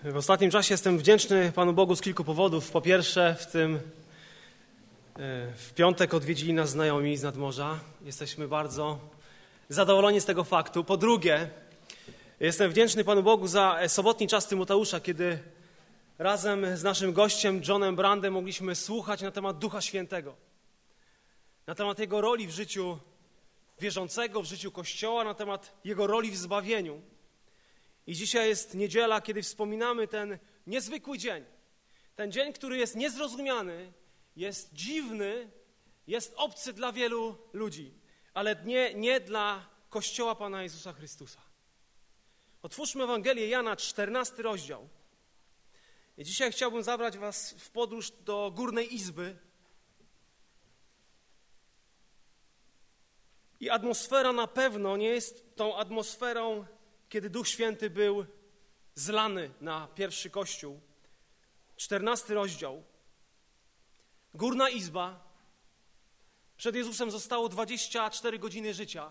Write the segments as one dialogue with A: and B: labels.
A: W ostatnim czasie jestem wdzięczny Panu Bogu z kilku powodów. Po pierwsze, w piątek odwiedzili nas znajomi z nadmorza. Jesteśmy bardzo zadowoleni z tego faktu. Po drugie, jestem wdzięczny Panu Bogu za sobotni czas Tymoteusza, kiedy razem z naszym gościem Johnem Brandem mogliśmy słuchać na temat Ducha Świętego. Na temat Jego roli w życiu wierzącego, w życiu Kościoła, na temat Jego roli w zbawieniu. I dzisiaj jest niedziela, kiedy wspominamy ten niezwykły dzień. Ten dzień, który jest niezrozumiany, jest dziwny, jest obcy dla wielu ludzi, ale nie dla Kościoła Pana Jezusa Chrystusa. Otwórzmy Ewangelię Jana, 14 rozdział. I dzisiaj chciałbym zabrać was w podróż do Górnej Izby. I atmosfera na pewno nie jest tą atmosferą, kiedy Duch Święty był zlany na pierwszy Kościół. 14 rozdział. Górna Izba. Przed Jezusem zostało 24 godziny życia.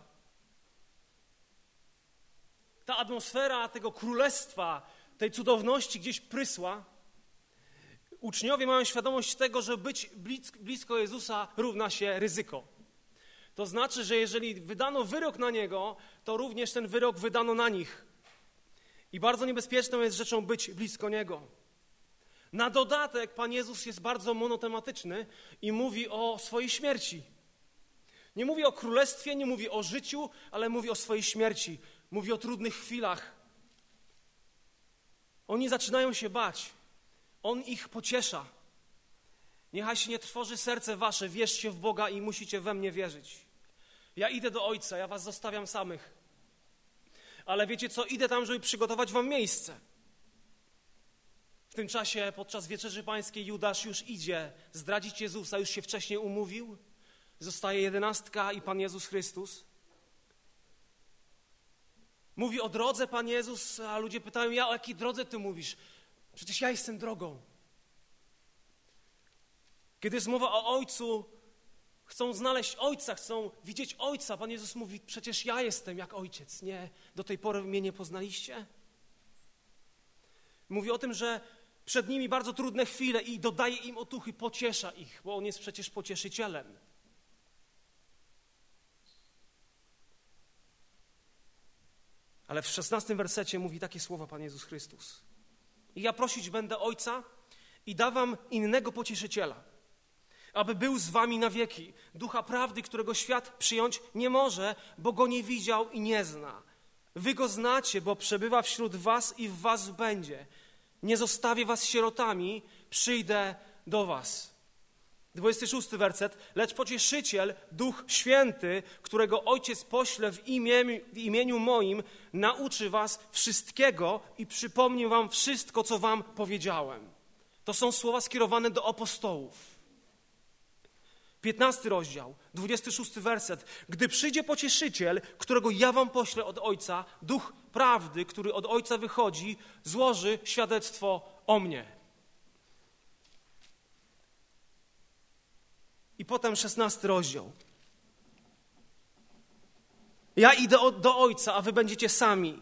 A: Ta atmosfera tego królestwa, tej cudowności gdzieś prysła. Uczniowie mają świadomość tego, że być blisko Jezusa równa się ryzyko. To znaczy, że jeżeli wydano wyrok na Niego, to również ten wyrok wydano na nich. I bardzo niebezpieczną jest rzeczą być blisko Niego. Na dodatek Pan Jezus jest bardzo monotematyczny i mówi o swojej śmierci. Nie mówi o królestwie, nie mówi o życiu, ale mówi o swojej śmierci. Mówi o trudnych chwilach. Oni zaczynają się bać. On ich pociesza. Niechaj się nie trwoży serce wasze, wierzcie w Boga i musicie we mnie wierzyć. Ja idę do Ojca, ja was zostawiam samych. Ale wiecie co, idę tam, żeby przygotować wam miejsce. W tym czasie, podczas Wieczerzy Pańskiej, Judasz już idzie zdradzić Jezusa, już się wcześniej umówił. Zostaje 11 i Pan Jezus Chrystus. Mówi o drodze Pan Jezus, a ludzie pytają, o jakiej drodze Ty mówisz? Przecież ja jestem drogą. Kiedy jest mowa o Ojcu, chcą znaleźć Ojca, chcą widzieć Ojca. Pan Jezus mówi, przecież ja jestem jak Ojciec. Nie, do tej pory mnie nie poznaliście. Mówi o tym, że przed nimi bardzo trudne chwile i dodaje im otuchy, pociesza ich, bo On jest przecież pocieszycielem. Ale w 16 wersecie mówi takie słowa Pan Jezus Chrystus. I ja prosić będę Ojca i da wam innego pocieszyciela, aby był z wami na wieki, Ducha Prawdy, którego świat przyjąć nie może, bo go nie widział i nie zna. Wy go znacie, bo przebywa wśród was i w was będzie. Nie zostawię was sierotami, przyjdę do was. 26 werset. Lecz pocieszyciel, Duch Święty, którego Ojciec pośle w imieniu moim, nauczy was wszystkiego i przypomni wam wszystko, co wam powiedziałem. To są słowa skierowane do apostołów. 15 rozdział, 26 werset. Gdy przyjdzie pocieszyciel, którego ja wam poślę od Ojca, Duch Prawdy, który od Ojca wychodzi, złoży świadectwo o mnie. I potem 16 rozdział. Ja idę do Ojca, a wy będziecie sami.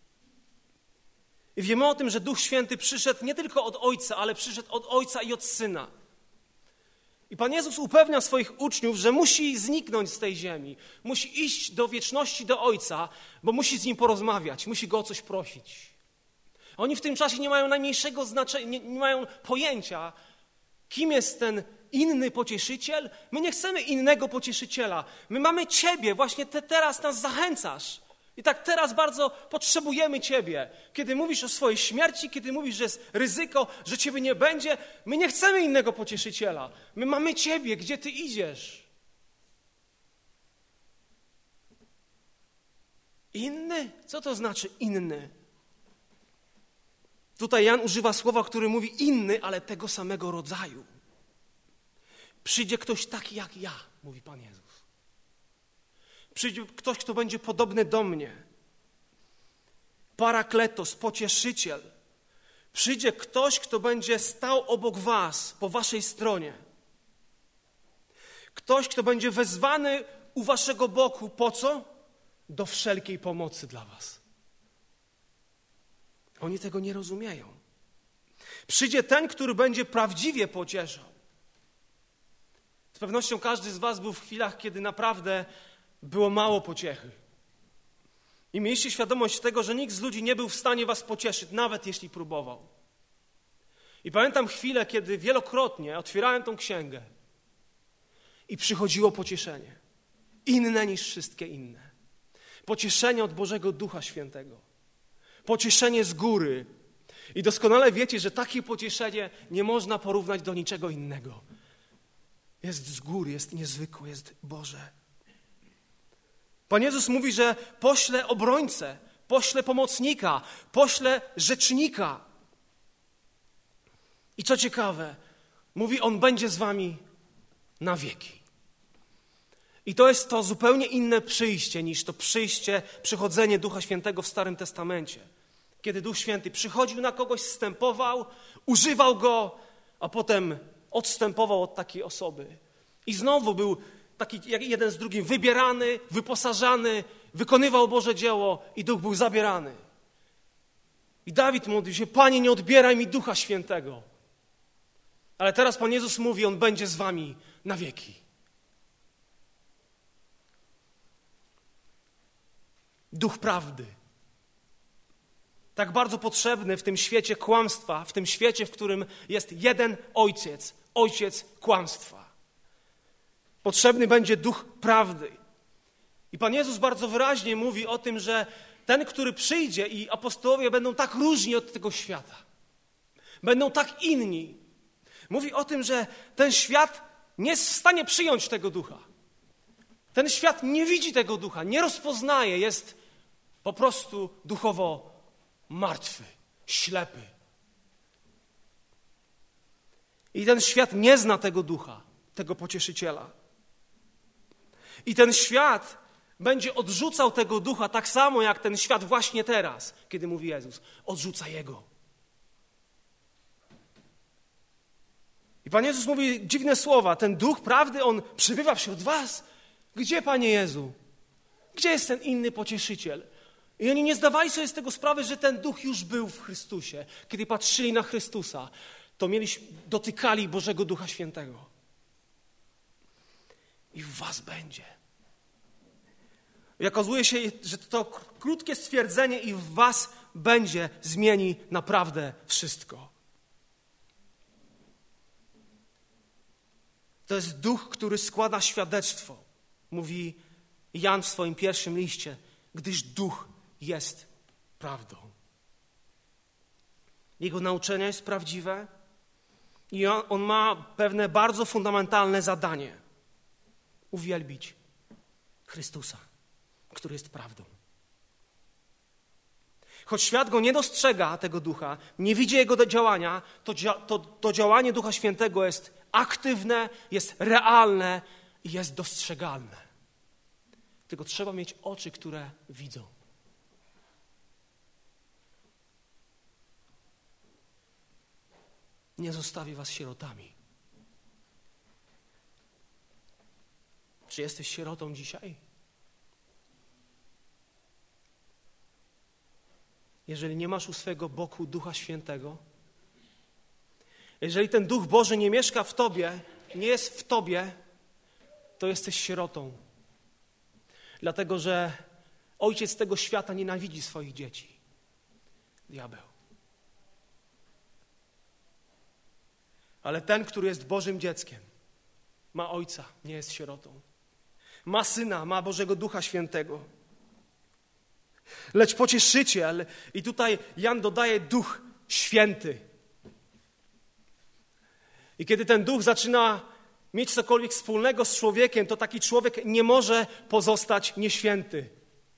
A: I wiemy o tym, że Duch Święty przyszedł nie tylko od Ojca, ale przyszedł od Ojca i od Syna. I Pan Jezus upewnia swoich uczniów, że musi zniknąć z tej ziemi. Musi iść do wieczności, do Ojca, bo musi z Nim porozmawiać, musi Go o coś prosić. Oni w tym czasie nie mają najmniejszego znaczenia, nie mają pojęcia, kim jest ten inny pocieszyciel. My nie chcemy innego pocieszyciela. My mamy Ciebie, właśnie Ty teraz nas zachęcasz. I tak teraz bardzo potrzebujemy Ciebie. Kiedy mówisz o swojej śmierci, kiedy mówisz, że jest ryzyko, że Ciebie nie będzie, my nie chcemy innego pocieszyciela. My mamy Ciebie, gdzie Ty idziesz. Inny? Co to znaczy inny? Tutaj Jan używa słowa, który mówi inny, ale tego samego rodzaju. Przyjdzie ktoś taki jak ja, mówi Pan Jezus. Przyjdzie ktoś, kto będzie podobny do mnie. Parakletos, pocieszyciel. Przyjdzie ktoś, kto będzie stał obok was, po waszej stronie. Ktoś, kto będzie wezwany u waszego boku. Po co? Do wszelkiej pomocy dla was. Oni tego nie rozumieją. Przyjdzie ten, który będzie prawdziwie pocieszał. Z pewnością każdy z was był w chwilach, kiedy naprawdę było mało pociechy. I mieliście świadomość tego, że nikt z ludzi nie był w stanie was pocieszyć, nawet jeśli próbował. I pamiętam chwilę, kiedy wielokrotnie otwierałem tą księgę i przychodziło pocieszenie. Inne niż wszystkie inne. Pocieszenie od Bożego Ducha Świętego. Pocieszenie z góry. I doskonale wiecie, że takie pocieszenie nie można porównać do niczego innego. Jest z góry, jest niezwykłe, jest Boże. Pan Jezus mówi, że pośle obrońcę, pośle pomocnika, pośle rzecznika. I co ciekawe, mówi, On będzie z wami na wieki. I to jest to zupełnie inne przyjście niż to przychodzenie Ducha Świętego w Starym Testamencie. Kiedy Duch Święty przychodził na kogoś, zstępował, używał go, a potem odstępował od takiej osoby. I znowu był taki jak jeden z drugim wybierany, wyposażany, wykonywał Boże dzieło i Duch był zabierany. I Dawid modlił się, Panie, nie odbieraj mi Ducha Świętego. Ale teraz Pan Jezus mówi, On będzie z wami na wieki. Duch prawdy. Tak bardzo potrzebny w tym świecie kłamstwa, w tym świecie, w którym jest jeden ojciec, ojciec kłamstwa. Potrzebny będzie duch prawdy. I Pan Jezus bardzo wyraźnie mówi o tym, że ten, który przyjdzie i apostołowie będą tak różni od tego świata. Będą tak inni. Mówi o tym, że ten świat nie jest w stanie przyjąć tego ducha. Ten świat nie widzi tego ducha, nie rozpoznaje, jest po prostu duchowo martwy, ślepy. I ten świat nie zna tego ducha, tego pocieszyciela. I ten świat będzie odrzucał tego ducha tak samo, jak ten świat właśnie teraz, kiedy mówi Jezus, odrzuca Jego. I Pan Jezus mówi dziwne słowa, ten duch prawdy, On przybywa wśród was. Gdzie, Panie Jezu? Gdzie jest ten inny pocieszyciel? I oni nie zdawali sobie z tego sprawy, że ten duch już był w Chrystusie. Kiedy patrzyli na Chrystusa, to dotykali Bożego Ducha Świętego. I w was będzie. I okazuje się, że to krótkie stwierdzenie i w was będzie zmieni naprawdę wszystko. To jest duch, który składa świadectwo. Mówi Jan w swoim pierwszym liście, gdyż duch jest prawdą. Jego nauczanie jest prawdziwe i on ma pewne bardzo fundamentalne zadanie. Uwielbić Chrystusa, który jest prawdą. Choć świat go nie dostrzega, tego ducha, nie widzi jego działania, to działanie Ducha Świętego jest aktywne, jest realne i jest dostrzegalne. Tylko trzeba mieć oczy, które widzą. Nie zostawię was sierotami. Czy jesteś sierotą dzisiaj? Jeżeli nie masz u swego boku Ducha Świętego, jeżeli ten Duch Boży nie mieszka w tobie, nie jest w tobie, to jesteś sierotą. Dlatego, że ojciec tego świata nienawidzi swoich dzieci. Diabeł. Ale ten, który jest Bożym dzieckiem, ma ojca, nie jest sierotą. Ma syna, ma Bożego Ducha Świętego. Lecz pocieszyciel, i tutaj Jan dodaje Duch Święty. I kiedy ten Duch zaczyna mieć cokolwiek wspólnego z człowiekiem, to taki człowiek nie może pozostać nieświęty.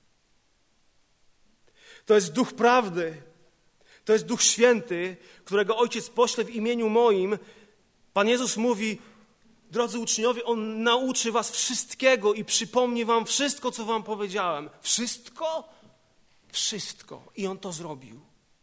A: To jest Duch prawdy. To jest Duch Święty, którego Ojciec pośle w imieniu moim. Pan Jezus mówi, drodzy uczniowie, On nauczy was wszystkiego i przypomni wam wszystko, co wam powiedziałem. Wszystko? Wszystko. I On to zrobił.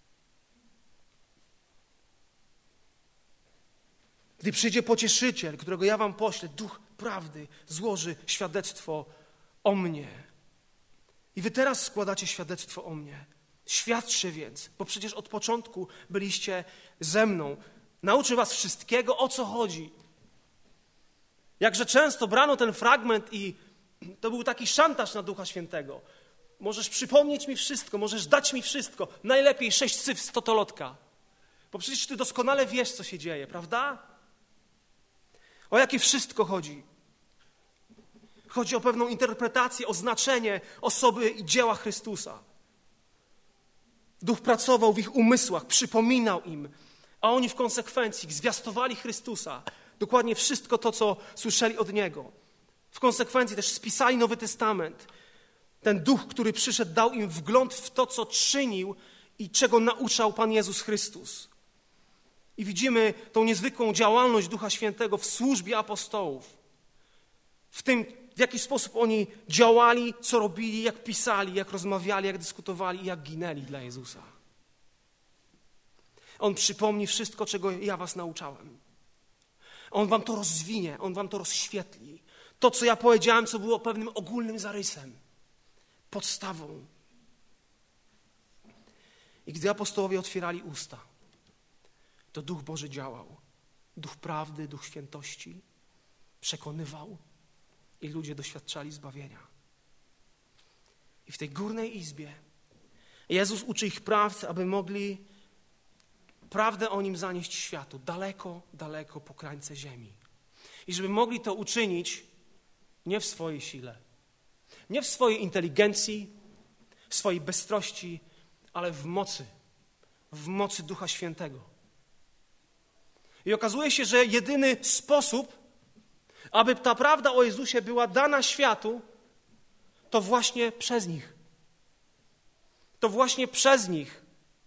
A: Gdy przyjdzie pocieszyciel, którego ja wam poślę, Duch prawdy złoży świadectwo o mnie. I wy teraz składacie świadectwo o mnie. Świadczcie więc, bo przecież od początku byliście ze mną. Nauczę was wszystkiego, o co chodzi. Jakże często brano ten fragment i to był taki szantaż na Ducha Świętego. Możesz przypomnieć mi wszystko, możesz dać mi wszystko. Najlepiej 6 cyfr z totolotka. Bo przecież ty doskonale wiesz, co się dzieje, prawda? O jakie wszystko chodzi? Chodzi o pewną interpretację, o znaczenie osoby i dzieła Chrystusa. Duch pracował w ich umysłach, przypominał im, a oni w konsekwencji zwiastowali Chrystusa. Dokładnie wszystko to, co słyszeli od Niego. W konsekwencji też spisali Nowy Testament. Ten Duch, który przyszedł, dał im wgląd w to, co czynił i czego nauczał Pan Jezus Chrystus. I widzimy tą niezwykłą działalność Ducha Świętego w służbie apostołów. W tym, w jaki sposób oni działali, co robili, jak pisali, jak rozmawiali, jak dyskutowali i jak ginęli dla Jezusa. On przypomni wszystko, czego ja was nauczałem. On wam to rozwinie, on wam to rozświetli. To, co ja powiedziałem, co było pewnym ogólnym zarysem, podstawą. I gdy apostołowie otwierali usta, to Duch Boży działał. Duch prawdy, Duch świętości przekonywał i ludzie doświadczali zbawienia. I w tej górnej izbie Jezus uczy ich prawd, aby mogli prawdę o Nim zanieść światu, daleko, daleko po krańce ziemi. I żeby mogli to uczynić nie w swojej sile, nie w swojej inteligencji, w swojej bystrości, ale w mocy Ducha Świętego. I okazuje się, że jedyny sposób, aby ta prawda o Jezusie była dana światu, to właśnie przez nich. To właśnie przez nich.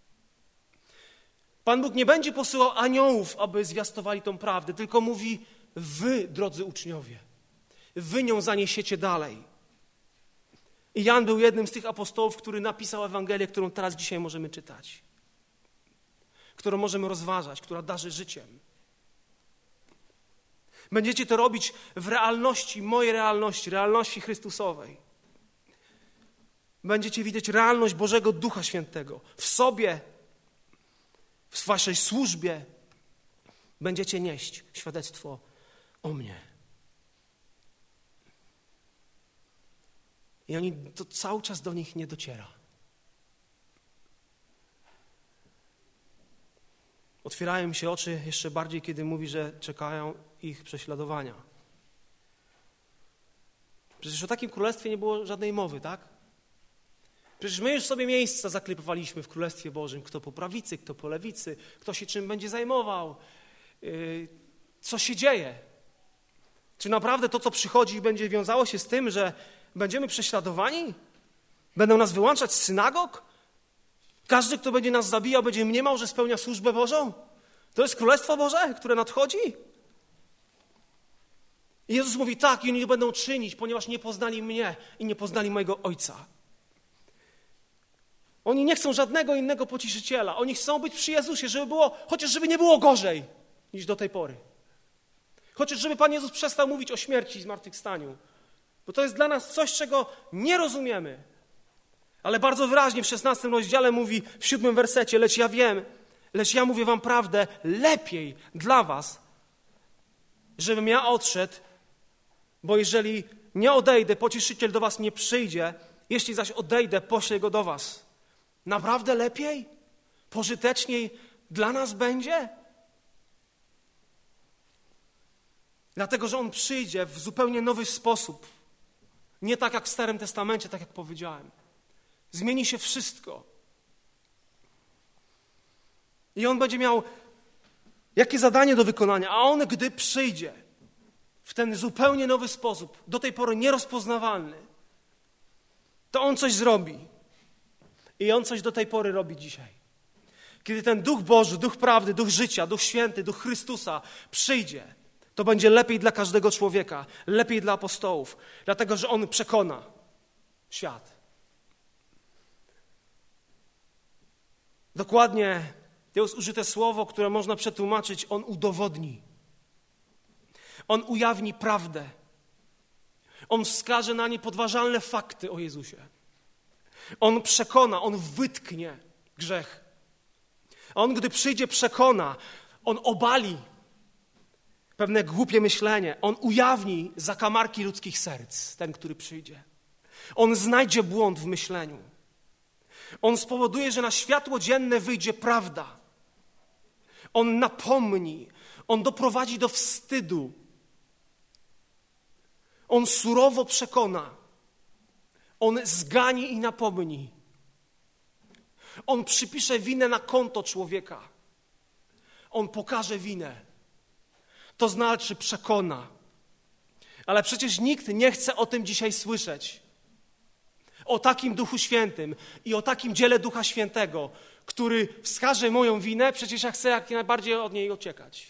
A: Pan Bóg nie będzie posyłał aniołów, aby zwiastowali tą prawdę, tylko mówi: wy, drodzy uczniowie, wy nią zaniesiecie dalej. I Jan był jednym z tych apostołów, który napisał Ewangelię, którą teraz dzisiaj możemy czytać, którą możemy rozważać, która darzy życiem. Będziecie to robić w realności, mojej realności, realności Chrystusowej. Będziecie widzieć realność Bożego Ducha Świętego w sobie, w waszej służbie. Będziecie nieść świadectwo o mnie. I to cały czas do nich nie dociera. Otwierają im się oczy jeszcze bardziej, kiedy mówi, że czekają ich prześladowania. Przecież o takim królestwie nie było żadnej mowy, tak? Przecież my już sobie miejsca zaklepywaliśmy w Królestwie Bożym. Kto po prawicy, kto po lewicy, kto się czym będzie zajmował, co się dzieje. Czy naprawdę to, co przychodzi, będzie wiązało się z tym, że będziemy prześladowani? Będą nas wyłączać z synagog? Każdy, kto będzie nas zabijał, będzie mniemał, że spełnia służbę Bożą? To jest Królestwo Boże, które nadchodzi? I Jezus mówi: tak, i oni będą czynić, ponieważ nie poznali mnie i nie poznali mojego Ojca. Oni nie chcą żadnego innego pocieszyciela. Oni chcą być przy Jezusie, chociaż żeby nie było gorzej niż do tej pory. Chociaż żeby Pan Jezus przestał mówić o śmierci i zmartwychwstaniu. Bo to jest dla nas coś, czego nie rozumiemy. Ale bardzo wyraźnie w 16 rozdziale mówi, w 7 wersecie: lecz ja mówię wam prawdę, lepiej dla was, żebym ja odszedł, bo jeżeli nie odejdę, pocieszyciel do was nie przyjdzie, jeśli zaś odejdę, poślę go do was. Naprawdę lepiej? Pożyteczniej dla nas będzie? Dlatego, że on przyjdzie w zupełnie nowy sposób. Nie tak jak w Starym Testamencie, tak jak powiedziałem. Zmieni się wszystko. I on będzie miał jakie zadanie do wykonania, a on, gdy przyjdzie w ten zupełnie nowy sposób, do tej pory nierozpoznawalny, to on coś zrobi. I on coś do tej pory robi dzisiaj. Kiedy ten Duch Boży, Duch prawdy, Duch życia, Duch Święty, Duch Chrystusa przyjdzie, to będzie lepiej dla każdego człowieka, lepiej dla apostołów, dlatego że on przekona świat. Dokładnie to jest użyte słowo, które można przetłumaczyć: on udowodni. On ujawni prawdę. On wskaże na niepodważalne fakty o Jezusie. On przekona, on wytknie grzech. On, gdy przyjdzie, przekona, on obali pewne głupie myślenie. On ujawni zakamarki ludzkich serc, ten, który przyjdzie. On znajdzie błąd w myśleniu. On spowoduje, że na światło dzienne wyjdzie prawda. On napomni, on doprowadzi do wstydu. On surowo przekona. On zgani i napomni. On przypisze winę na konto człowieka. On pokaże winę. To znaczy przekona. Ale przecież nikt nie chce o tym dzisiaj słyszeć. O takim Duchu Świętym i o takim dziele Ducha Świętego, który wskaże moją winę, przecież ja chcę jak najbardziej od niej uciekać.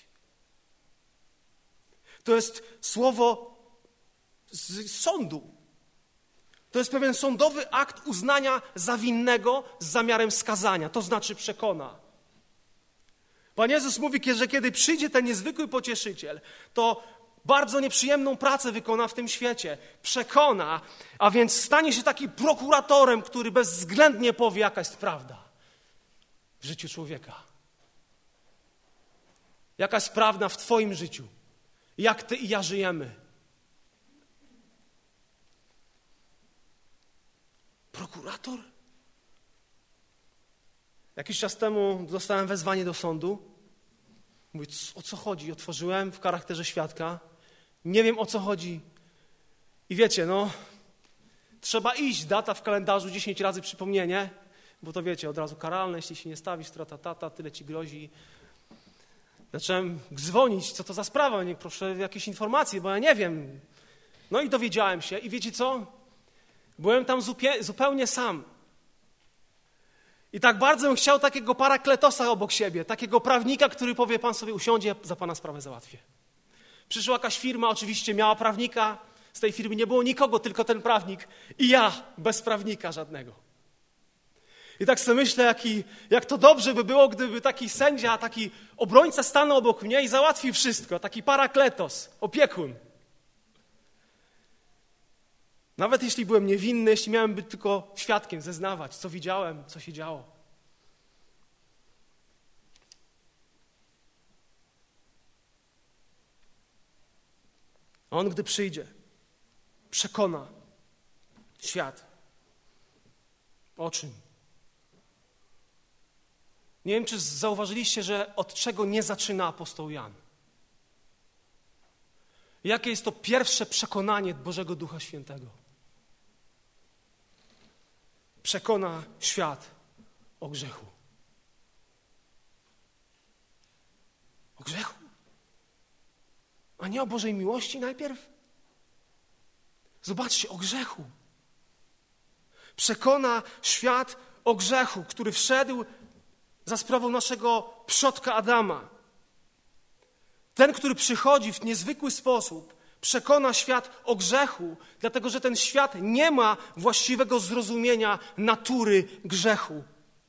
A: To jest słowo z sądu. To jest pewien sądowy akt uznania za winnego z zamiarem skazania. To znaczy przekona. Pan Jezus mówi, że kiedy przyjdzie ten niezwykły pocieszyciel, to bardzo nieprzyjemną pracę wykona w tym świecie. Przekona, a więc stanie się takim prokuratorem, który bezwzględnie powie, jaka jest prawda w życiu człowieka. Jaka jest prawda w twoim życiu. Jak ty i ja żyjemy. Prokurator? Jakiś czas temu dostałem wezwanie do sądu. Mówię, o co chodzi? Otworzyłem w charakterze świadka. Nie wiem, o co chodzi. I wiecie, trzeba iść. Data w kalendarzu, 10 razy przypomnienie, bo to wiecie, od razu karalne, jeśli się nie stawisz, tyle ci grozi. Zacząłem dzwonić, co to za sprawa, nie, proszę jakieś informacje, bo ja nie wiem. No i dowiedziałem się i wiecie co? Byłem tam zupełnie sam. I tak bardzo bym chciał takiego parakletosa obok siebie, takiego prawnika, który powie, pan sobie usiądzie, za pana sprawę załatwię. Przyszła jakaś firma, oczywiście miała prawnika, z tej firmy nie było nikogo, tylko ten prawnik i ja, bez prawnika żadnego. I tak sobie myślę, jak to dobrze by było, gdyby taki sędzia, taki obrońca stanął obok mnie i załatwił wszystko, taki parakletos, opiekun. Nawet jeśli byłem niewinny, jeśli miałem być tylko świadkiem, zeznawać, co widziałem, co się działo. On, gdy przyjdzie, przekona świat. O czym? Nie wiem, czy zauważyliście, że od czego nie zaczyna apostoł Jan. Jakie jest to pierwsze przekonanie Bożego Ducha Świętego? Przekona świat o grzechu. O grzechu? A nie o Bożej miłości najpierw? Zobaczcie, o grzechu. Przekona świat o grzechu, który wszedł za sprawą naszego przodka Adama. Ten, który przychodzi w niezwykły sposób, przekona świat o grzechu, dlatego że ten świat nie ma właściwego zrozumienia natury grzechu.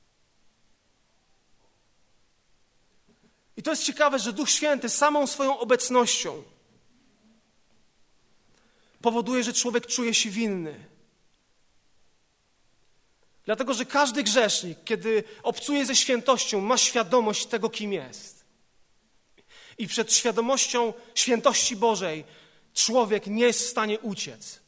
A: I to jest ciekawe, że Duch Święty samą swoją obecnością powoduje, że człowiek czuje się winny. Dlatego, że każdy grzesznik, kiedy obcuje ze świętością, ma świadomość tego, kim jest. I przed świadomością świętości Bożej człowiek nie jest w stanie uciec.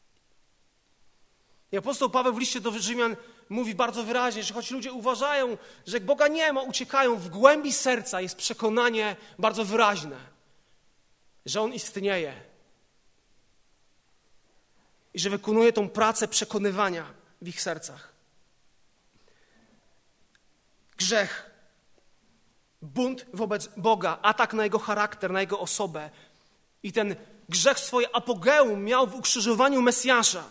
A: I apostoł Paweł w liście do Rzymian mówi bardzo wyraźnie, że choć ludzie uważają, że Boga nie ma, uciekają, w głębi serca jest przekonanie bardzo wyraźne, że On istnieje. I że wykonuje tą pracę przekonywania w ich sercach. Grzech, bunt wobec Boga, atak na Jego charakter, na Jego osobę. I ten grzech swoje apogeum miał w ukrzyżowaniu Mesjasza.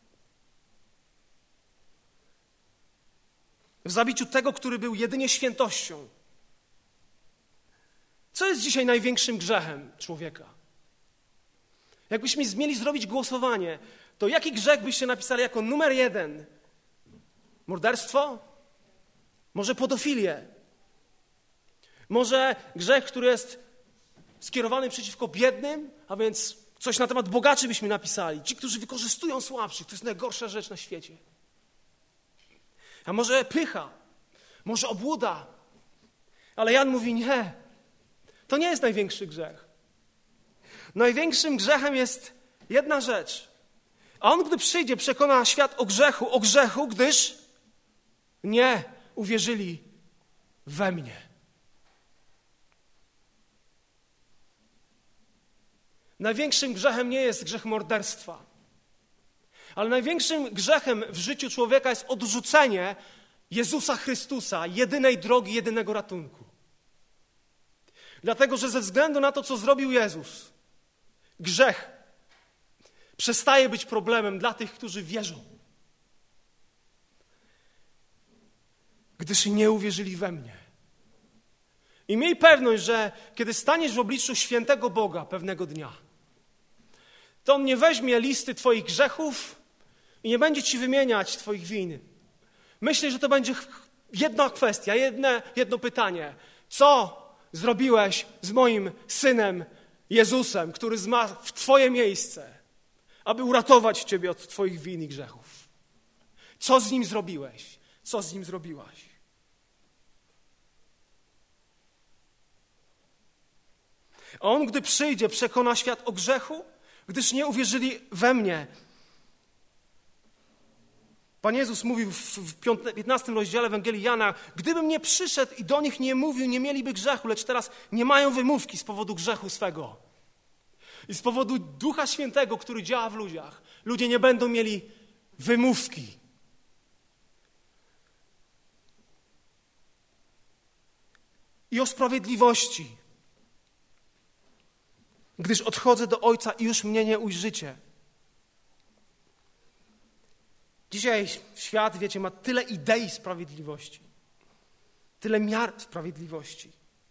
A: W zabiciu tego, który był jedynie świętością. Co jest dzisiaj największym grzechem człowieka? Jakbyśmy mieli zrobić głosowanie, to jaki grzech byście napisali jako numer 1? Morderstwo? Może pedofilię? Może grzech, który jest skierowany przeciwko biednym, a więc coś na temat bogaczy byśmy napisali. Ci, którzy wykorzystują słabszych, to jest najgorsza rzecz na świecie. A może pycha, może obłuda. Ale Jan mówi nie, to nie jest największy grzech. Największym grzechem jest jedna rzecz. A on, gdy przyjdzie, przekona świat o grzechu, gdyż nie uwierzyli we mnie. Największym grzechem nie jest grzech morderstwa. Ale największym grzechem w życiu człowieka jest odrzucenie Jezusa Chrystusa, jedynej drogi, jedynego ratunku. Dlatego, że ze względu na to, co zrobił Jezus, grzech przestaje być problemem dla tych, którzy wierzą. Gdyż nie uwierzyli we mnie. I miej pewność, że kiedy staniesz w obliczu świętego Boga pewnego dnia, to On nie weźmie listy twoich grzechów i nie będzie ci wymieniać twoich win. Myślę, że to będzie jedna kwestia, jedno pytanie. Co zrobiłeś z moim Synem Jezusem, który zmarł w twoje miejsce, aby uratować ciebie od twoich win i grzechów? Co z Nim zrobiłeś? Co z Nim zrobiłaś? A On, gdy przyjdzie, przekona świat o grzechu, gdyż nie uwierzyli we mnie. Pan Jezus mówił w 15 rozdziale Ewangelii Jana: gdybym nie przyszedł i do nich nie mówił, nie mieliby grzechu, lecz teraz nie mają wymówki z powodu grzechu swego. I z powodu Ducha Świętego, który działa w ludziach, ludzie nie będą mieli wymówki. I o sprawiedliwości. Gdyż odchodzę do Ojca i już mnie nie ujrzycie. Dzisiaj świat, wiecie, ma tyle idei sprawiedliwości, tyle miar sprawiedliwości.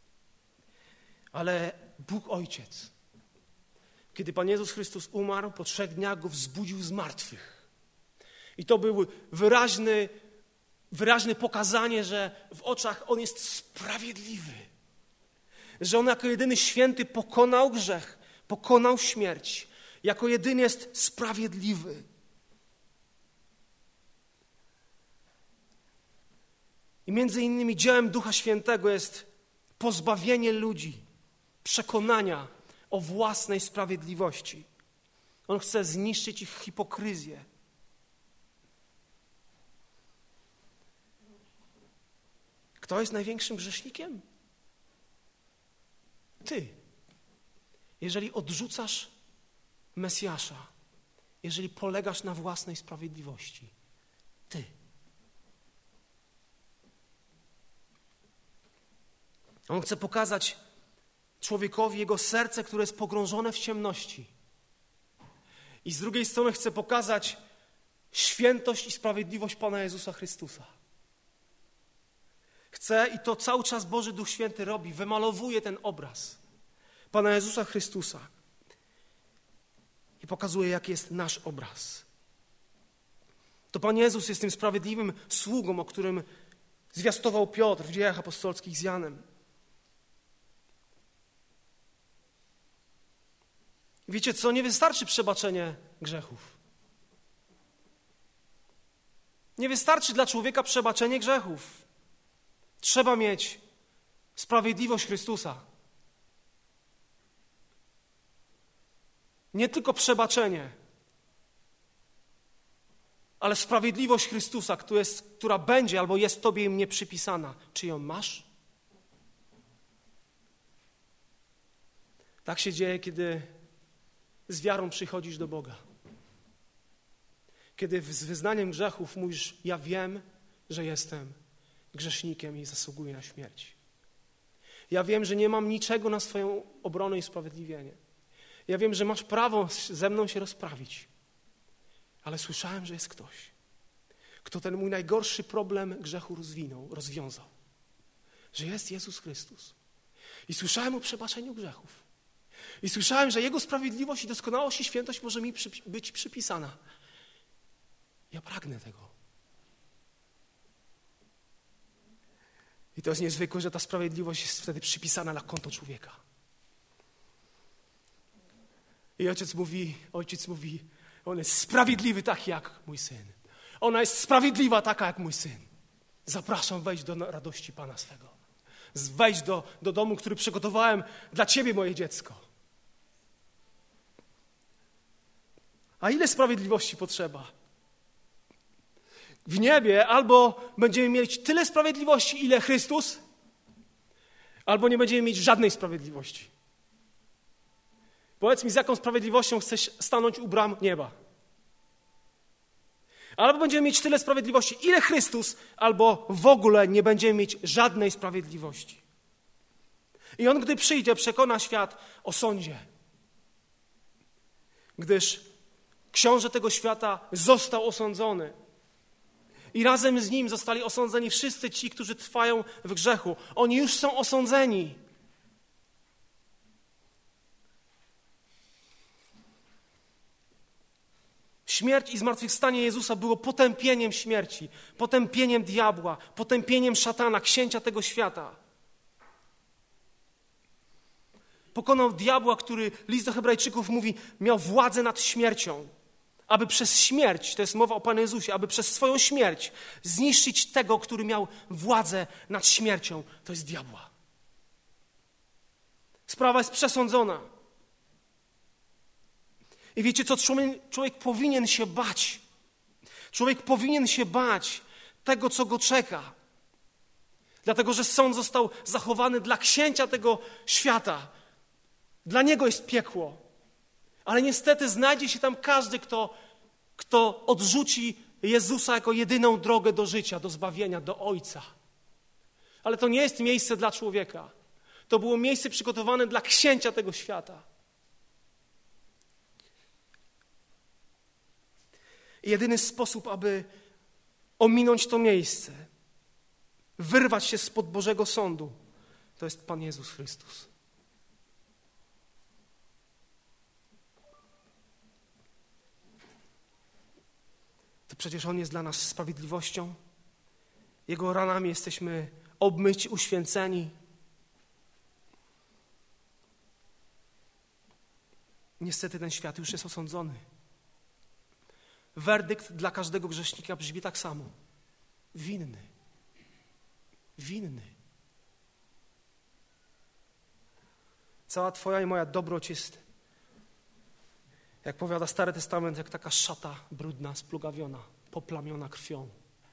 A: Ale Bóg Ojciec, kiedy Pan Jezus Chrystus umarł, po 3 dniach Go wzbudził z martwych. I to był wyraźne pokazanie, że w oczach On jest sprawiedliwy. Że On jako jedyny święty pokonał grzech, pokonał śmierć. Jako jedyny jest sprawiedliwy. I między innymi dziełem Ducha Świętego jest pozbawienie ludzi przekonania o własnej sprawiedliwości. On chce zniszczyć ich hipokryzję. Kto jest największym grzesznikiem? Ty. Jeżeli odrzucasz Mesjasza, jeżeli polegasz na własnej sprawiedliwości, ty. On chce pokazać człowiekowi jego serce, które jest pogrążone w ciemności. I z drugiej strony chce pokazać świętość i sprawiedliwość Pana Jezusa Chrystusa. Chce, i to cały czas Boży Duch Święty robi, wymalowuje ten obraz Pana Jezusa Chrystusa i pokazuje, jaki jest nasz obraz. To Pan Jezus jest tym sprawiedliwym sługą, o którym zwiastował Piotr w Dziejach Apostolskich z Janem. Wiecie co? Nie wystarczy przebaczenie grzechów. Nie wystarczy dla człowieka przebaczenie grzechów. Trzeba mieć sprawiedliwość Chrystusa. Nie tylko przebaczenie, ale sprawiedliwość Chrystusa, która będzie albo jest Tobie i mnie przypisana. Czy ją masz? Tak się dzieje, kiedy z wiarą przychodzisz do Boga. Kiedy z wyznaniem grzechów mówisz: ja wiem, że jestem grzesznikiem i zasługuję na śmierć. Ja wiem, że nie mam niczego na swoją obronę i usprawiedliwienie. Ja wiem, że masz prawo ze mną się rozprawić. Ale słyszałem, że jest ktoś, kto ten mój najgorszy problem grzechu rozwiązał. Że jest Jezus Chrystus. I słyszałem o przebaczeniu grzechów. I słyszałem, że Jego sprawiedliwość i doskonałość i świętość może mi być przypisana. Ja pragnę tego. I to jest niezwykłe, że ta sprawiedliwość jest wtedy przypisana na konto człowieka. I ojciec mówi, on jest sprawiedliwy taki jak mój syn. Ona jest sprawiedliwa taka jak mój syn. Zapraszam, wejdź do radości Pana swego. Wejdź do domu, który przygotowałem dla Ciebie, moje dziecko. A ile sprawiedliwości potrzeba? W niebie albo będziemy mieć tyle sprawiedliwości, ile Chrystus, albo nie będziemy mieć żadnej sprawiedliwości. Powiedz mi, z jaką sprawiedliwością chcesz stanąć u bram nieba? Albo będziemy mieć tyle sprawiedliwości, ile Chrystus, albo w ogóle nie będziemy mieć żadnej sprawiedliwości. I On, gdy przyjdzie, przekona świat o sądzie. Gdyż książę tego świata został osądzony. I razem z Nim zostali osądzeni wszyscy ci, którzy trwają w grzechu. Oni już są osądzeni. Śmierć i zmartwychwstanie Jezusa było potępieniem śmierci, potępieniem diabła, potępieniem szatana, księcia tego świata. Pokonał diabła, który, list do Hebrajczyków mówi, miał władzę nad śmiercią. Aby przez śmierć, to jest mowa o Panu Jezusie, aby przez swoją śmierć zniszczyć tego, który miał władzę nad śmiercią, to jest diabła. Sprawa jest przesądzona. I wiecie co, człowiek powinien się bać. Człowiek powinien się bać tego, co go czeka. Dlatego, że sąd został zachowany dla księcia tego świata. Dla niego jest piekło. Ale niestety znajdzie się tam każdy, kto odrzuci Jezusa jako jedyną drogę do życia, do zbawienia, do Ojca. Ale to nie jest miejsce dla człowieka. To było miejsce przygotowane dla księcia tego świata. I jedyny sposób, aby ominąć to miejsce, wyrwać się spod Bożego sądu, to jest Pan Jezus Chrystus. To przecież On jest dla nas sprawiedliwością. Jego ranami jesteśmy obmyci, uświęceni. Niestety ten świat już jest osądzony. Werdykt dla każdego grzesznika brzmi tak samo. Winny. Winny. Cała Twoja i moja dobroć jest, jak powiada Stary Testament, jak taka szata brudna, splugawiona, poplamiona krwią.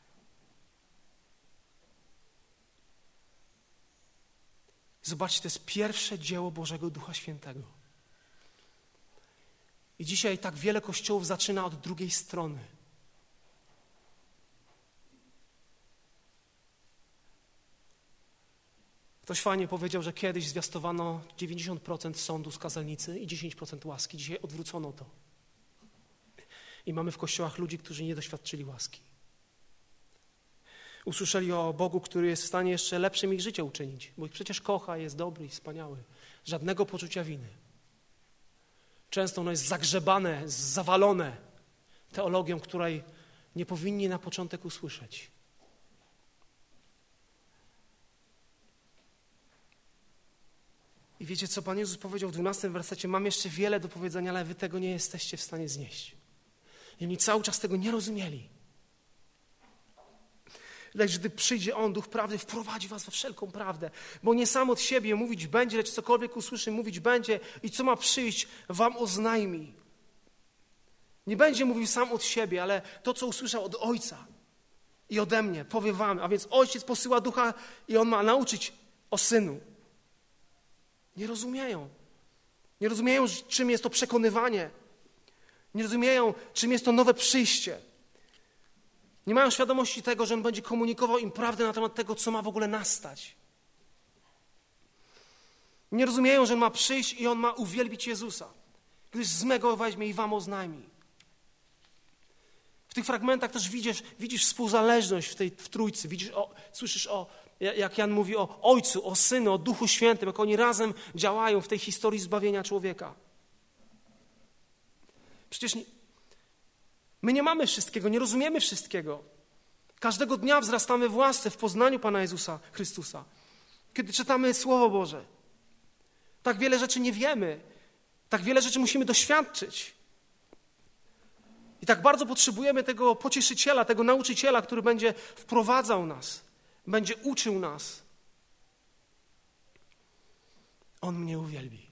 A: Zobaczcie, to jest pierwsze dzieło Bożego Ducha Świętego. I dzisiaj tak wiele kościołów zaczyna od drugiej strony. Ktoś fajnie powiedział, że kiedyś zwiastowano 90% sądu skazanicy i 10% łaski. Dzisiaj odwrócono to. I mamy w kościołach ludzi, którzy nie doświadczyli łaski. Usłyszeli o Bogu, który jest w stanie jeszcze lepszym ich życie uczynić, bo ich przecież kocha, jest dobry i wspaniały. Żadnego poczucia winy. Często ono jest zagrzebane, zawalone teologią, której nie powinni na początek usłyszeć. I wiecie, co Pan Jezus powiedział w 12 wersecie? Mam jeszcze wiele do powiedzenia, ale wy tego nie jesteście w stanie znieść. I oni cały czas tego nie rozumieli. Lecz gdy przyjdzie On, Duch Prawdy, wprowadzi was we wszelką prawdę. Bo nie sam od siebie mówić będzie, lecz cokolwiek usłyszy, mówić będzie i co ma przyjść, wam oznajmi. Nie będzie mówił sam od siebie, ale to, co usłyszał od Ojca i ode mnie, powie wam. A więc Ojciec posyła Ducha i On ma nauczyć o Synu. Nie rozumieją. Nie rozumieją, czym jest to przekonywanie. Nie rozumieją, czym jest to nowe przyjście. Nie mają świadomości tego, że On będzie komunikował im prawdę na temat tego, co ma w ogóle nastać. Nie rozumieją, że On ma przyjść i On ma uwielbić Jezusa, gdyż z mego weźmie i wam oznajmi. W tych fragmentach też widzisz współzależność w Trójcy. Słyszysz jak Jan mówi o Ojcu, o Synu, o Duchu Świętym, jak oni razem działają w tej historii zbawienia człowieka. Przecież my nie mamy wszystkiego, nie rozumiemy wszystkiego. Każdego dnia wzrastamy w łasce, w poznaniu Pana Jezusa Chrystusa. Kiedy czytamy Słowo Boże, tak wiele rzeczy nie wiemy, tak wiele rzeczy musimy doświadczyć. I tak bardzo potrzebujemy tego pocieszyciela, tego nauczyciela, który będzie wprowadzał nas, będzie uczył nas. On mnie uwielbi.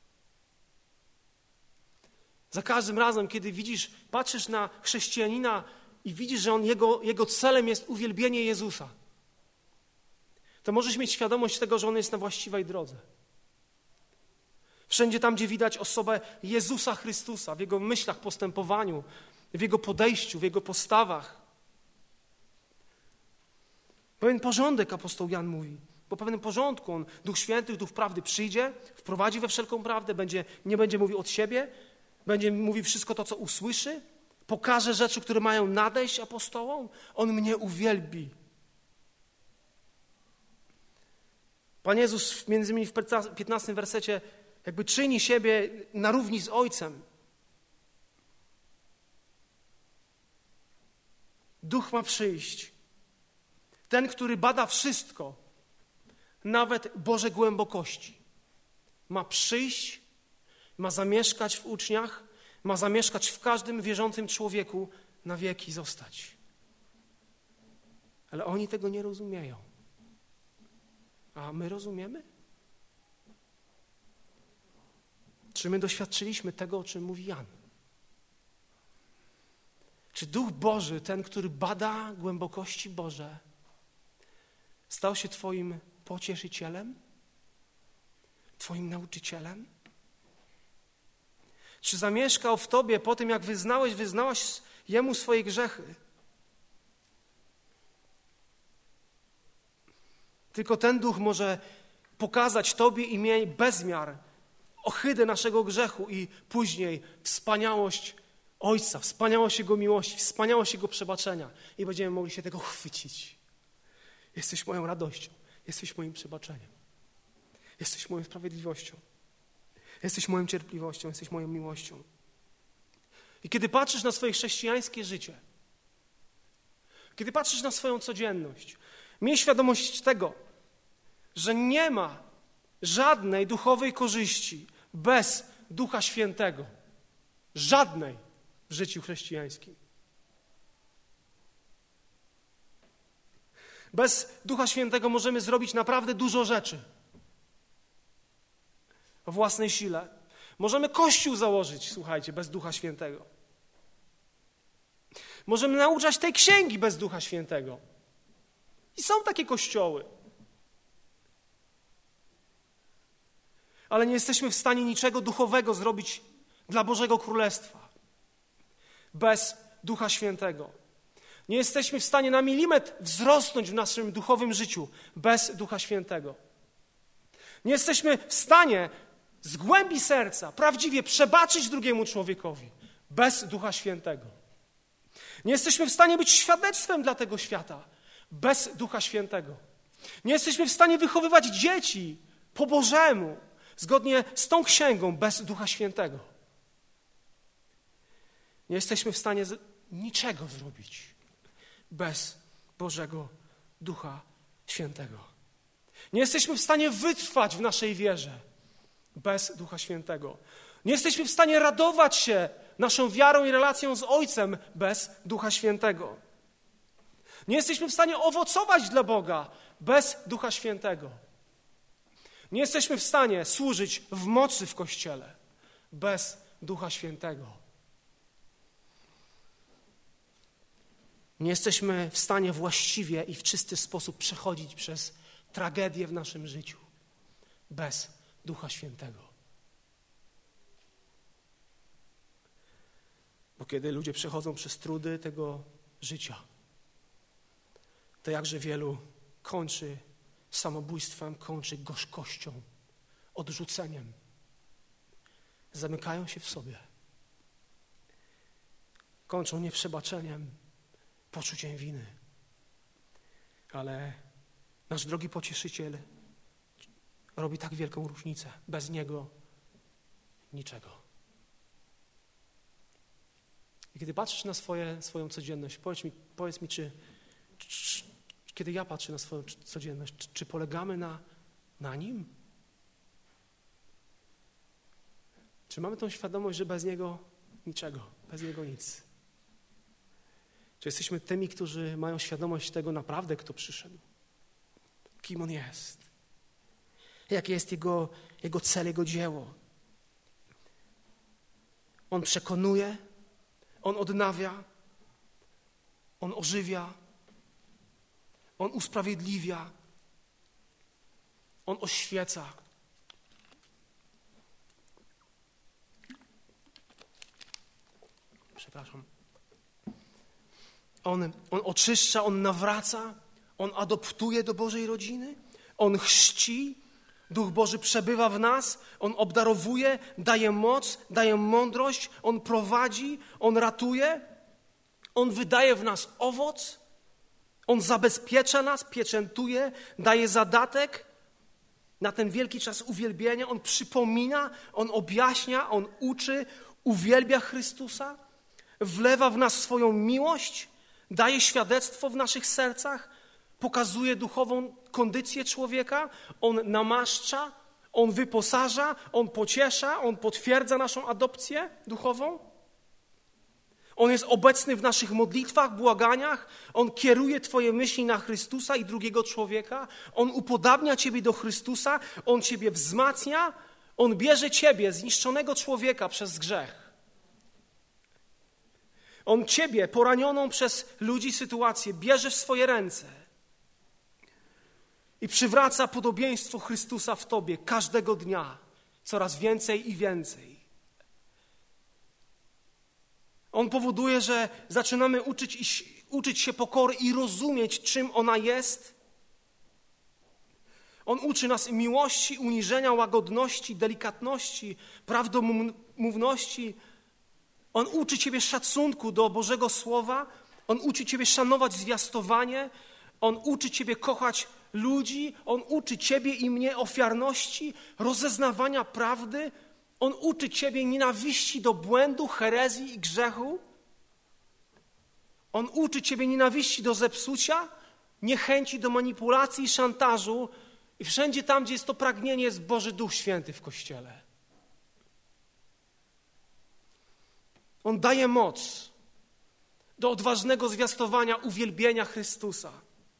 A: Za każdym razem, kiedy patrzysz na chrześcijanina i widzisz, że jego celem jest uwielbienie Jezusa, to możesz mieć świadomość tego, że on jest na właściwej drodze. Wszędzie tam, gdzie widać osobę Jezusa Chrystusa, w Jego myślach, postępowaniu, w Jego podejściu, w Jego postawach. Pewien porządek apostoł Jan mówi. Po pewnym porządku Duch Święty, Duch Prawdy przyjdzie, wprowadzi we wszelką prawdę, nie będzie mówił od siebie, będzie mówił wszystko to, co usłyszy, pokaże rzeczy, które mają nadejść apostołom. On mnie uwielbi. Pan Jezus między innymi w 15 wersecie jakby czyni siebie na równi z Ojcem. Duch ma przyjść. Ten, który bada wszystko, nawet Boże głębokości. Ma przyjść, ma zamieszkać w uczniach, ma zamieszkać w każdym wierzącym człowieku, na wieki zostać. Ale oni tego nie rozumieją. A my rozumiemy? Czy my doświadczyliśmy tego, o czym mówi Jan? Czy Duch Boży, ten, który bada głębokości Boże, stał się Twoim pocieszycielem? Twoim nauczycielem? Czy zamieszkał w Tobie po tym, jak wyznałaś Jemu swoje grzechy? Tylko ten Duch może pokazać Tobie i mnie bezmiar, ohydę naszego grzechu i później wspaniałość Ojca, wspaniałość Jego miłości, wspaniałość Jego przebaczenia. I będziemy mogli się tego chwycić. Jesteś moją radością, jesteś moim przebaczeniem, jesteś moją sprawiedliwością, jesteś moją cierpliwością, jesteś moją miłością. I kiedy patrzysz na swoje chrześcijańskie życie, kiedy patrzysz na swoją codzienność, miej świadomość tego, że nie ma żadnej duchowej korzyści bez Ducha Świętego. Żadnej w życiu chrześcijańskim. Bez Ducha Świętego możemy zrobić naprawdę dużo rzeczy. O własnej sile. Możemy Kościół założyć, słuchajcie, bez Ducha Świętego. Możemy nauczać tej księgi bez Ducha Świętego. I są takie kościoły. Ale nie jesteśmy w stanie niczego duchowego zrobić dla Bożego Królestwa bez Ducha Świętego. Nie jesteśmy w stanie na milimetr wzrosnąć w naszym duchowym życiu bez Ducha Świętego. Nie jesteśmy w stanie z głębi serca prawdziwie przebaczyć drugiemu człowiekowi bez Ducha Świętego. Nie jesteśmy w stanie być świadectwem dla tego świata bez Ducha Świętego. Nie jesteśmy w stanie wychowywać dzieci po Bożemu, zgodnie z tą księgą, bez Ducha Świętego. Nie jesteśmy w stanie niczego zrobić bez Bożego Ducha Świętego. Nie jesteśmy w stanie wytrwać w naszej wierze bez Ducha Świętego. Nie jesteśmy w stanie radować się naszą wiarą i relacją z Ojcem bez Ducha Świętego. Nie jesteśmy w stanie owocować dla Boga bez Ducha Świętego. Nie jesteśmy w stanie służyć w mocy w Kościele bez Ducha Świętego. Nie jesteśmy w stanie właściwie i w czysty sposób przechodzić przez tragedię w naszym życiu bez Ducha Świętego. Bo kiedy ludzie przechodzą przez trudy tego życia, to jakże wielu kończy samobójstwem, kończy gorzkością, odrzuceniem. Zamykają się w sobie. Kończą nieprzebaczeniem, poczuciem winy. Ale nasz drogi Pocieszyciel robi tak wielką różnicę. Bez Niego niczego. I kiedy patrzysz na swoją codzienność, powiedz mi, czy kiedy ja patrzę na swoją codzienność, czy polegamy na Nim? Czy mamy tą świadomość, że bez Niego niczego, bez Niego nic? Czy jesteśmy tymi, którzy mają świadomość tego naprawdę, kto przyszedł? Kim On jest? Jaki jest Jego cel, Jego dzieło? On przekonuje, On odnawia, On ożywia, On usprawiedliwia, On oświeca. Przepraszam. On oczyszcza, On nawraca, On adoptuje do Bożej rodziny, On chrzci, Duch Boży przebywa w nas, On obdarowuje, daje moc, daje mądrość, On prowadzi, On ratuje, On wydaje w nas owoc, On zabezpiecza nas, pieczętuje, daje zadatek na ten wielki czas uwielbienia, On przypomina, On objaśnia, On uczy, uwielbia Chrystusa, wlewa w nas swoją miłość, daje świadectwo w naszych sercach, pokazuje duchową kondycję człowieka, On namaszcza, On wyposaża, On pociesza, On potwierdza naszą adopcję duchową. On jest obecny w naszych modlitwach, błaganiach, On kieruje Twoje myśli na Chrystusa i drugiego człowieka, On upodabnia Ciebie do Chrystusa, On Ciebie wzmacnia, On bierze Ciebie, zniszczonego człowieka przez grzech. On Ciebie, poranioną przez ludzi sytuację, bierze w swoje ręce i przywraca podobieństwo Chrystusa w Tobie każdego dnia, coraz więcej i więcej. On powoduje, że zaczynamy uczyć się pokory i rozumieć, czym ona jest. On uczy nas miłości, uniżenia, łagodności, delikatności, prawdomówności. On uczy Ciebie szacunku do Bożego Słowa. On uczy Ciebie szanować zwiastowanie. On uczy Ciebie kochać ludzi. On uczy Ciebie i mnie ofiarności, rozeznawania prawdy. On uczy Ciebie nienawiści do błędu, herezji i grzechu. On uczy Ciebie nienawiści do zepsucia, niechęci do manipulacji i szantażu. I wszędzie tam, gdzie jest to pragnienie, jest Boży Duch Święty w Kościele. On daje moc do odważnego zwiastowania, uwielbienia Chrystusa.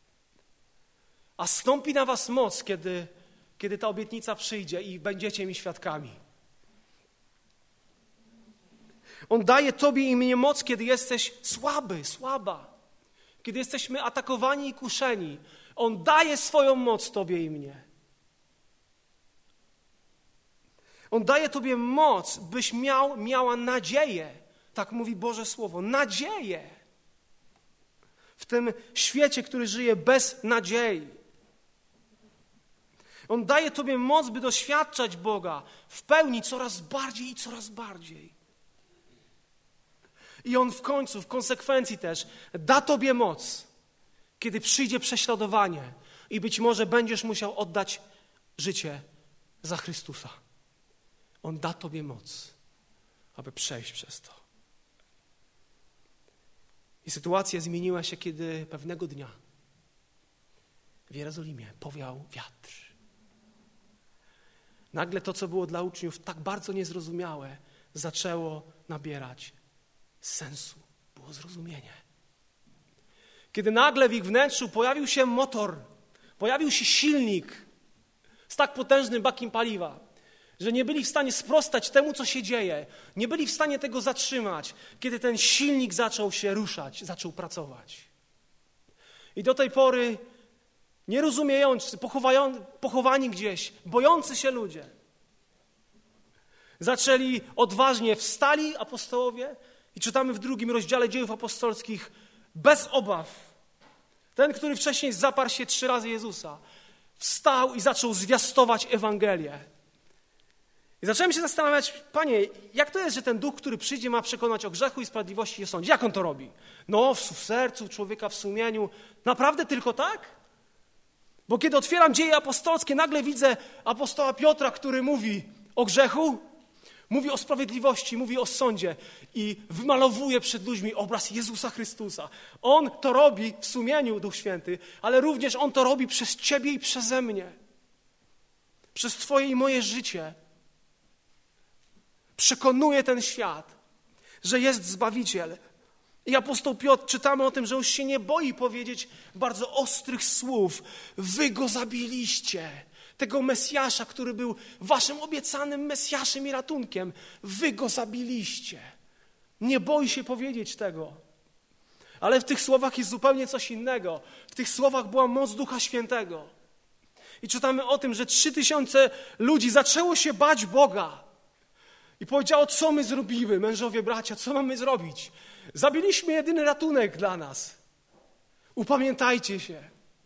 A: A stąpi na was moc, kiedy ta obietnica przyjdzie i będziecie mi świadkami. On daje Tobie i mnie moc, kiedy jesteś słaby, słaba. Kiedy jesteśmy atakowani i kuszeni. On daje swoją moc Tobie i mnie. On daje Tobie moc, byś miała nadzieję. Tak mówi Boże Słowo. Nadzieję. W tym świecie, który żyje bez nadziei. On daje Tobie moc, by doświadczać Boga w pełni coraz bardziej i coraz bardziej. I On w końcu, w konsekwencji też da Tobie moc, kiedy przyjdzie prześladowanie i być może będziesz musiał oddać życie za Chrystusa. On da Tobie moc, aby przejść przez to. I sytuacja zmieniła się, kiedy pewnego dnia w Jerozolimie powiał wiatr. Nagle to, co było dla uczniów tak bardzo niezrozumiałe, zaczęło nabierać sensu, było zrozumienie. Kiedy nagle w ich wnętrzu pojawił się motor, pojawił się silnik z tak potężnym bakiem paliwa, że nie byli w stanie sprostać temu, co się dzieje. Nie byli w stanie tego zatrzymać, kiedy ten silnik zaczął się ruszać, zaczął pracować. I do tej pory nierozumiejący, pochowani gdzieś, bojący się ludzie, zaczęli odważnie, wstali apostołowie i czytamy w 2 rozdziale Dziejów Apostolskich bez obaw. Ten, który wcześniej zaparł się 3 razy Jezusa, wstał i zaczął zwiastować Ewangelię. I zacząłem się zastanawiać, Panie, jak to jest, że ten Duch, który przyjdzie, ma przekonać o grzechu i sprawiedliwości i o sądzie? Jak On to robi? No, w sercu człowieka, w sumieniu. Naprawdę tylko tak? Bo kiedy otwieram Dzieje Apostolskie, nagle widzę apostoła Piotra, który mówi o grzechu, mówi o sprawiedliwości, mówi o sądzie i wymalowuje przed ludźmi obraz Jezusa Chrystusa. On to robi w sumieniu, Duch Święty, ale również On to robi przez Ciebie i przeze mnie. Przez Twoje i moje życie. Przekonuje ten świat, że jest Zbawiciel, I apostoł Piotr, czytamy o tym, że już się nie boi powiedzieć bardzo ostrych słów. Wy go zabiliście. Tego Mesjasza, który był waszym obiecanym Mesjaszem i ratunkiem. Wy go zabiliście. Nie boi się powiedzieć tego. Ale w tych słowach jest zupełnie coś innego. W tych słowach była moc Ducha Świętego. I czytamy o tym, że 3000 ludzi zaczęło się bać Boga. I powiedziało, co my zrobimy, mężowie, bracia, co mamy zrobić? Zabiliśmy jedyny ratunek dla nas. Upamiętajcie się.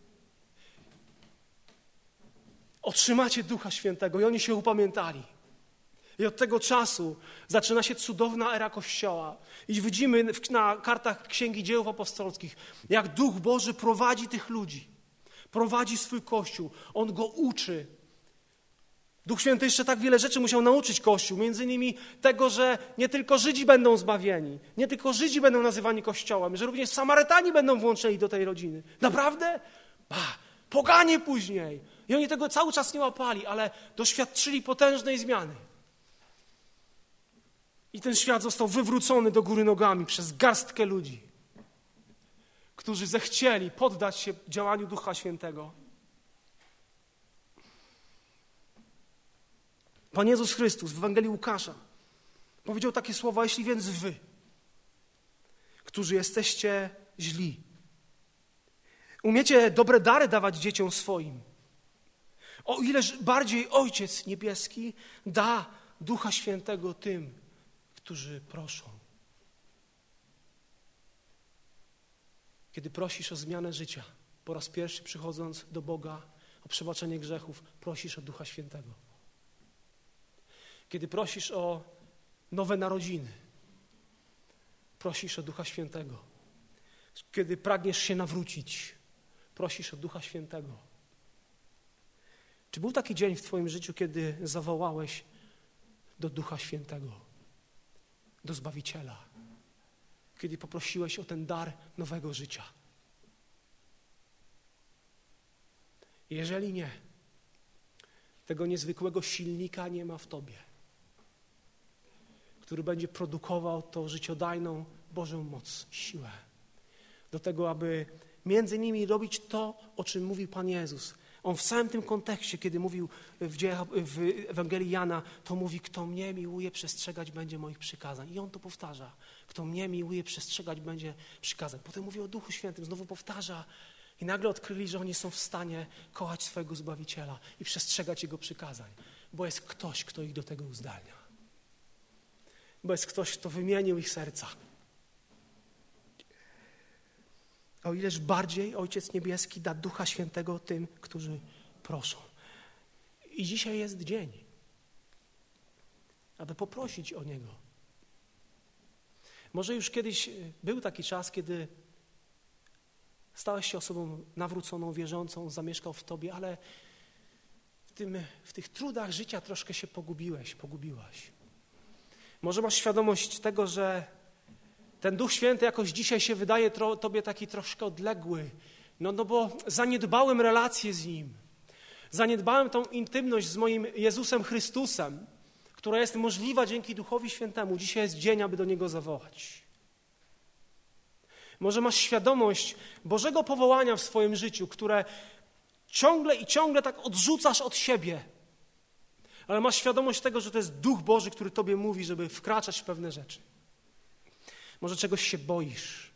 A: Otrzymacie Ducha Świętego. I oni się upamiętali. I od tego czasu zaczyna się cudowna era Kościoła. I widzimy na kartach Księgi Dziejów Apostolskich, jak Duch Boży prowadzi tych ludzi. Prowadzi swój Kościół. On go uczy. Duch Święty jeszcze tak wiele rzeczy musiał nauczyć Kościół. Między innymi tego, że nie tylko Żydzi będą zbawieni. Nie tylko Żydzi będą nazywani Kościołem. Że również Samarytanie będą włączeni do tej rodziny. Naprawdę? Poganie później. I oni tego cały czas nie łapali, ale doświadczyli potężnej zmiany. I ten świat został wywrócony do góry nogami przez garstkę ludzi, którzy zechcieli poddać się działaniu Ducha Świętego. Pan Jezus Chrystus w Ewangelii Łukasza powiedział takie słowa: jeśli więc wy, którzy jesteście źli, umiecie dobre dary dawać dzieciom swoim, o ileż bardziej Ojciec Niebieski da Ducha Świętego tym, którzy proszą. Kiedy prosisz o zmianę życia, po raz pierwszy przychodząc do Boga o przebaczenie grzechów, prosisz o Ducha Świętego. Kiedy prosisz o nowe narodziny, prosisz o Ducha Świętego. Kiedy pragniesz się nawrócić, prosisz o Ducha Świętego. Czy był taki dzień w twoim życiu, kiedy zawołałeś do Ducha Świętego, do Zbawiciela, kiedy poprosiłeś o ten dar nowego życia? Jeżeli nie, tego niezwykłego silnika nie ma w tobie, który będzie produkował tą życiodajną Bożą moc, siłę do tego, aby między nimi robić to, o czym mówił Pan Jezus. On w całym tym kontekście, kiedy mówił w Ewangelii Jana, to mówi: kto mnie miłuje, przestrzegać będzie moich przykazań. I on to powtarza. Kto mnie miłuje, przestrzegać będzie przykazań. Potem mówi o Duchu Świętym, znowu powtarza. I nagle odkryli, że oni są w stanie kochać swojego Zbawiciela i przestrzegać Jego przykazań. Bo jest ktoś, kto ich do tego uzdalnia. Bo jest ktoś, kto wymienił ich serca. O ileż bardziej Ojciec Niebieski da Ducha Świętego tym, którzy proszą. I dzisiaj jest dzień, aby poprosić o Niego. Może już kiedyś był taki czas, kiedy stałeś się osobą nawróconą, wierzącą, zamieszkał w tobie, ale w tych trudach życia troszkę się pogubiłaś. Może masz świadomość tego, że ten Duch Święty jakoś dzisiaj się wydaje tobie taki troszkę odległy. No bo zaniedbałem relację z Nim. Zaniedbałem tą intymność z moim Jezusem Chrystusem, która jest możliwa dzięki Duchowi Świętemu. Dzisiaj jest dzień, aby do Niego zawołać. Może masz świadomość Bożego powołania w swoim życiu, które ciągle tak odrzucasz od siebie. Ale masz świadomość tego, że to jest Duch Boży, który tobie mówi, żeby wkraczać w pewne rzeczy. Może czegoś się boisz.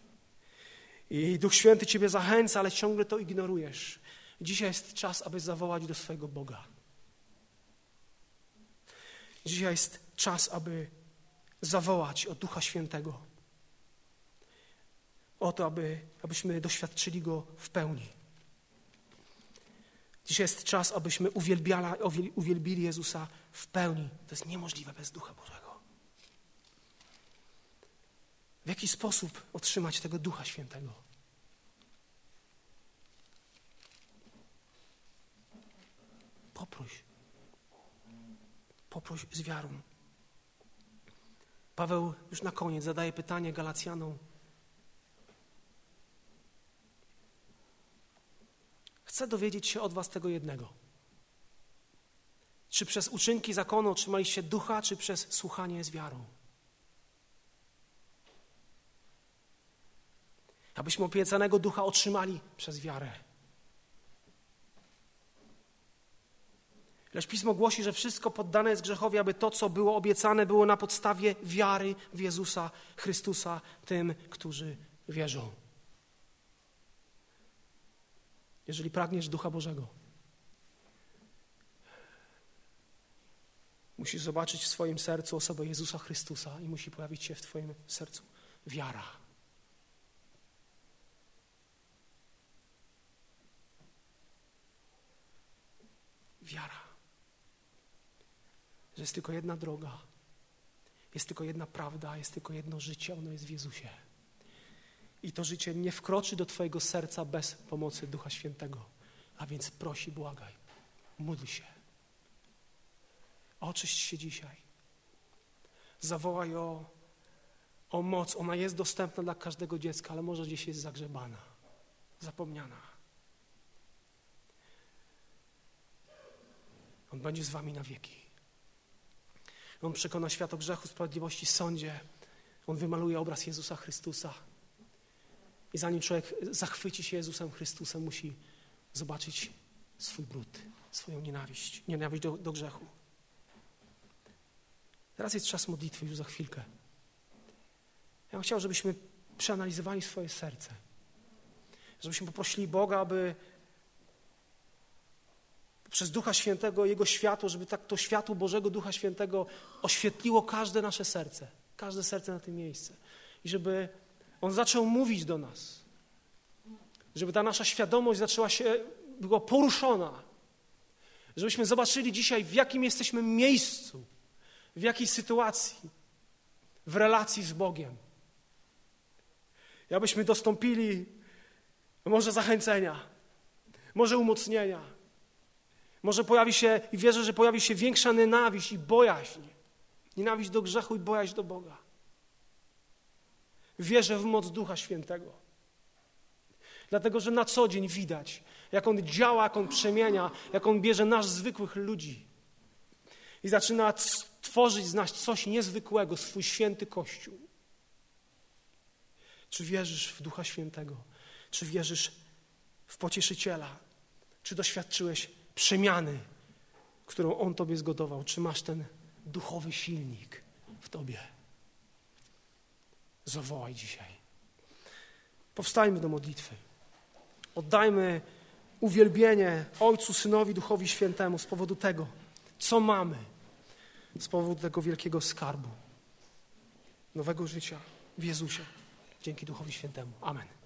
A: I Duch Święty ciebie zachęca, ale ciągle to ignorujesz. Dzisiaj jest czas, aby zawołać do swojego Boga. Dzisiaj jest czas, aby zawołać o Ducha Świętego. O to, abyśmy doświadczyli Go w pełni. Dzisiaj jest czas, abyśmy uwielbili Jezusa w pełni. To jest niemożliwe bez Ducha Bożego. W jaki sposób otrzymać tego Ducha Świętego? Poproś z wiarą. Paweł już na koniec zadaje pytanie Galacjanom. Chcę dowiedzieć się od was tego jednego. Czy przez uczynki zakonu otrzymaliście Ducha, czy przez słuchanie z wiarą? abyśmy obiecanego ducha otrzymali przez wiarę. Lecz Pismo głosi, że wszystko poddane jest grzechowi, aby to, co było obiecane, było na podstawie wiary w Jezusa Chrystusa tym, którzy wierzą. Jeżeli pragniesz Ducha Bożego, musisz zobaczyć w swoim sercu osobę Jezusa Chrystusa i musi pojawić się w twoim sercu wiara. Wiara. Że jest tylko jedna droga, jest tylko jedna prawda, jest tylko jedno życie, ono jest w Jezusie. I to życie nie wkroczy do twojego serca bez pomocy Ducha Świętego. A więc prosi, błagaj, módl się. Oczyść się dzisiaj. Zawołaj o moc. Ona jest dostępna dla każdego dziecka, ale może gdzieś jest zagrzebana, zapomniana. On będzie z wami na wieki. On przekona świat o grzechu, sprawiedliwości, sądzie. On wymaluje obraz Jezusa Chrystusa. I zanim człowiek zachwyci się Jezusem Chrystusem, musi zobaczyć swój brud, swoją nienawiść do grzechu. Teraz jest czas modlitwy, już za chwilkę. Ja bym chciał, żebyśmy przeanalizowali swoje serce. Żebyśmy poprosili Boga, aby przez Ducha Świętego, Jego światło, żeby tak to światło Bożego Ducha Świętego oświetliło każde nasze serce. Każde serce na tym miejscu. I żeby On zaczął mówić do nas. Żeby ta nasza świadomość była poruszona. Żebyśmy zobaczyli dzisiaj, w jakim jesteśmy miejscu, w jakiej sytuacji, w relacji z Bogiem. I abyśmy dostąpili może zachęcenia, może umocnienia, może pojawi się, i wierzę, że pojawi się większa nienawiść i bojaźń. Nienawiść do grzechu i bojaźń do Boga. Wierzę w moc Ducha Świętego. Dlatego, że na co dzień widać, jak On działa, jak On przemienia, jak On bierze nas zwykłych ludzi i zaczyna tworzyć z nas coś niezwykłego, swój święty Kościół. Czy wierzysz w Ducha Świętego? Czy wierzysz w Pocieszyciela? Czy doświadczyłeś przemiany, którą On tobie zgotował? Czy masz ten duchowy silnik w tobie? Zawołaj dzisiaj. Powstajmy do modlitwy. Oddajmy uwielbienie Ojcu, Synowi, Duchowi Świętemu z powodu tego, co mamy, z powodu tego wielkiego skarbu, nowego życia w Jezusie, dzięki Duchowi Świętemu. Amen.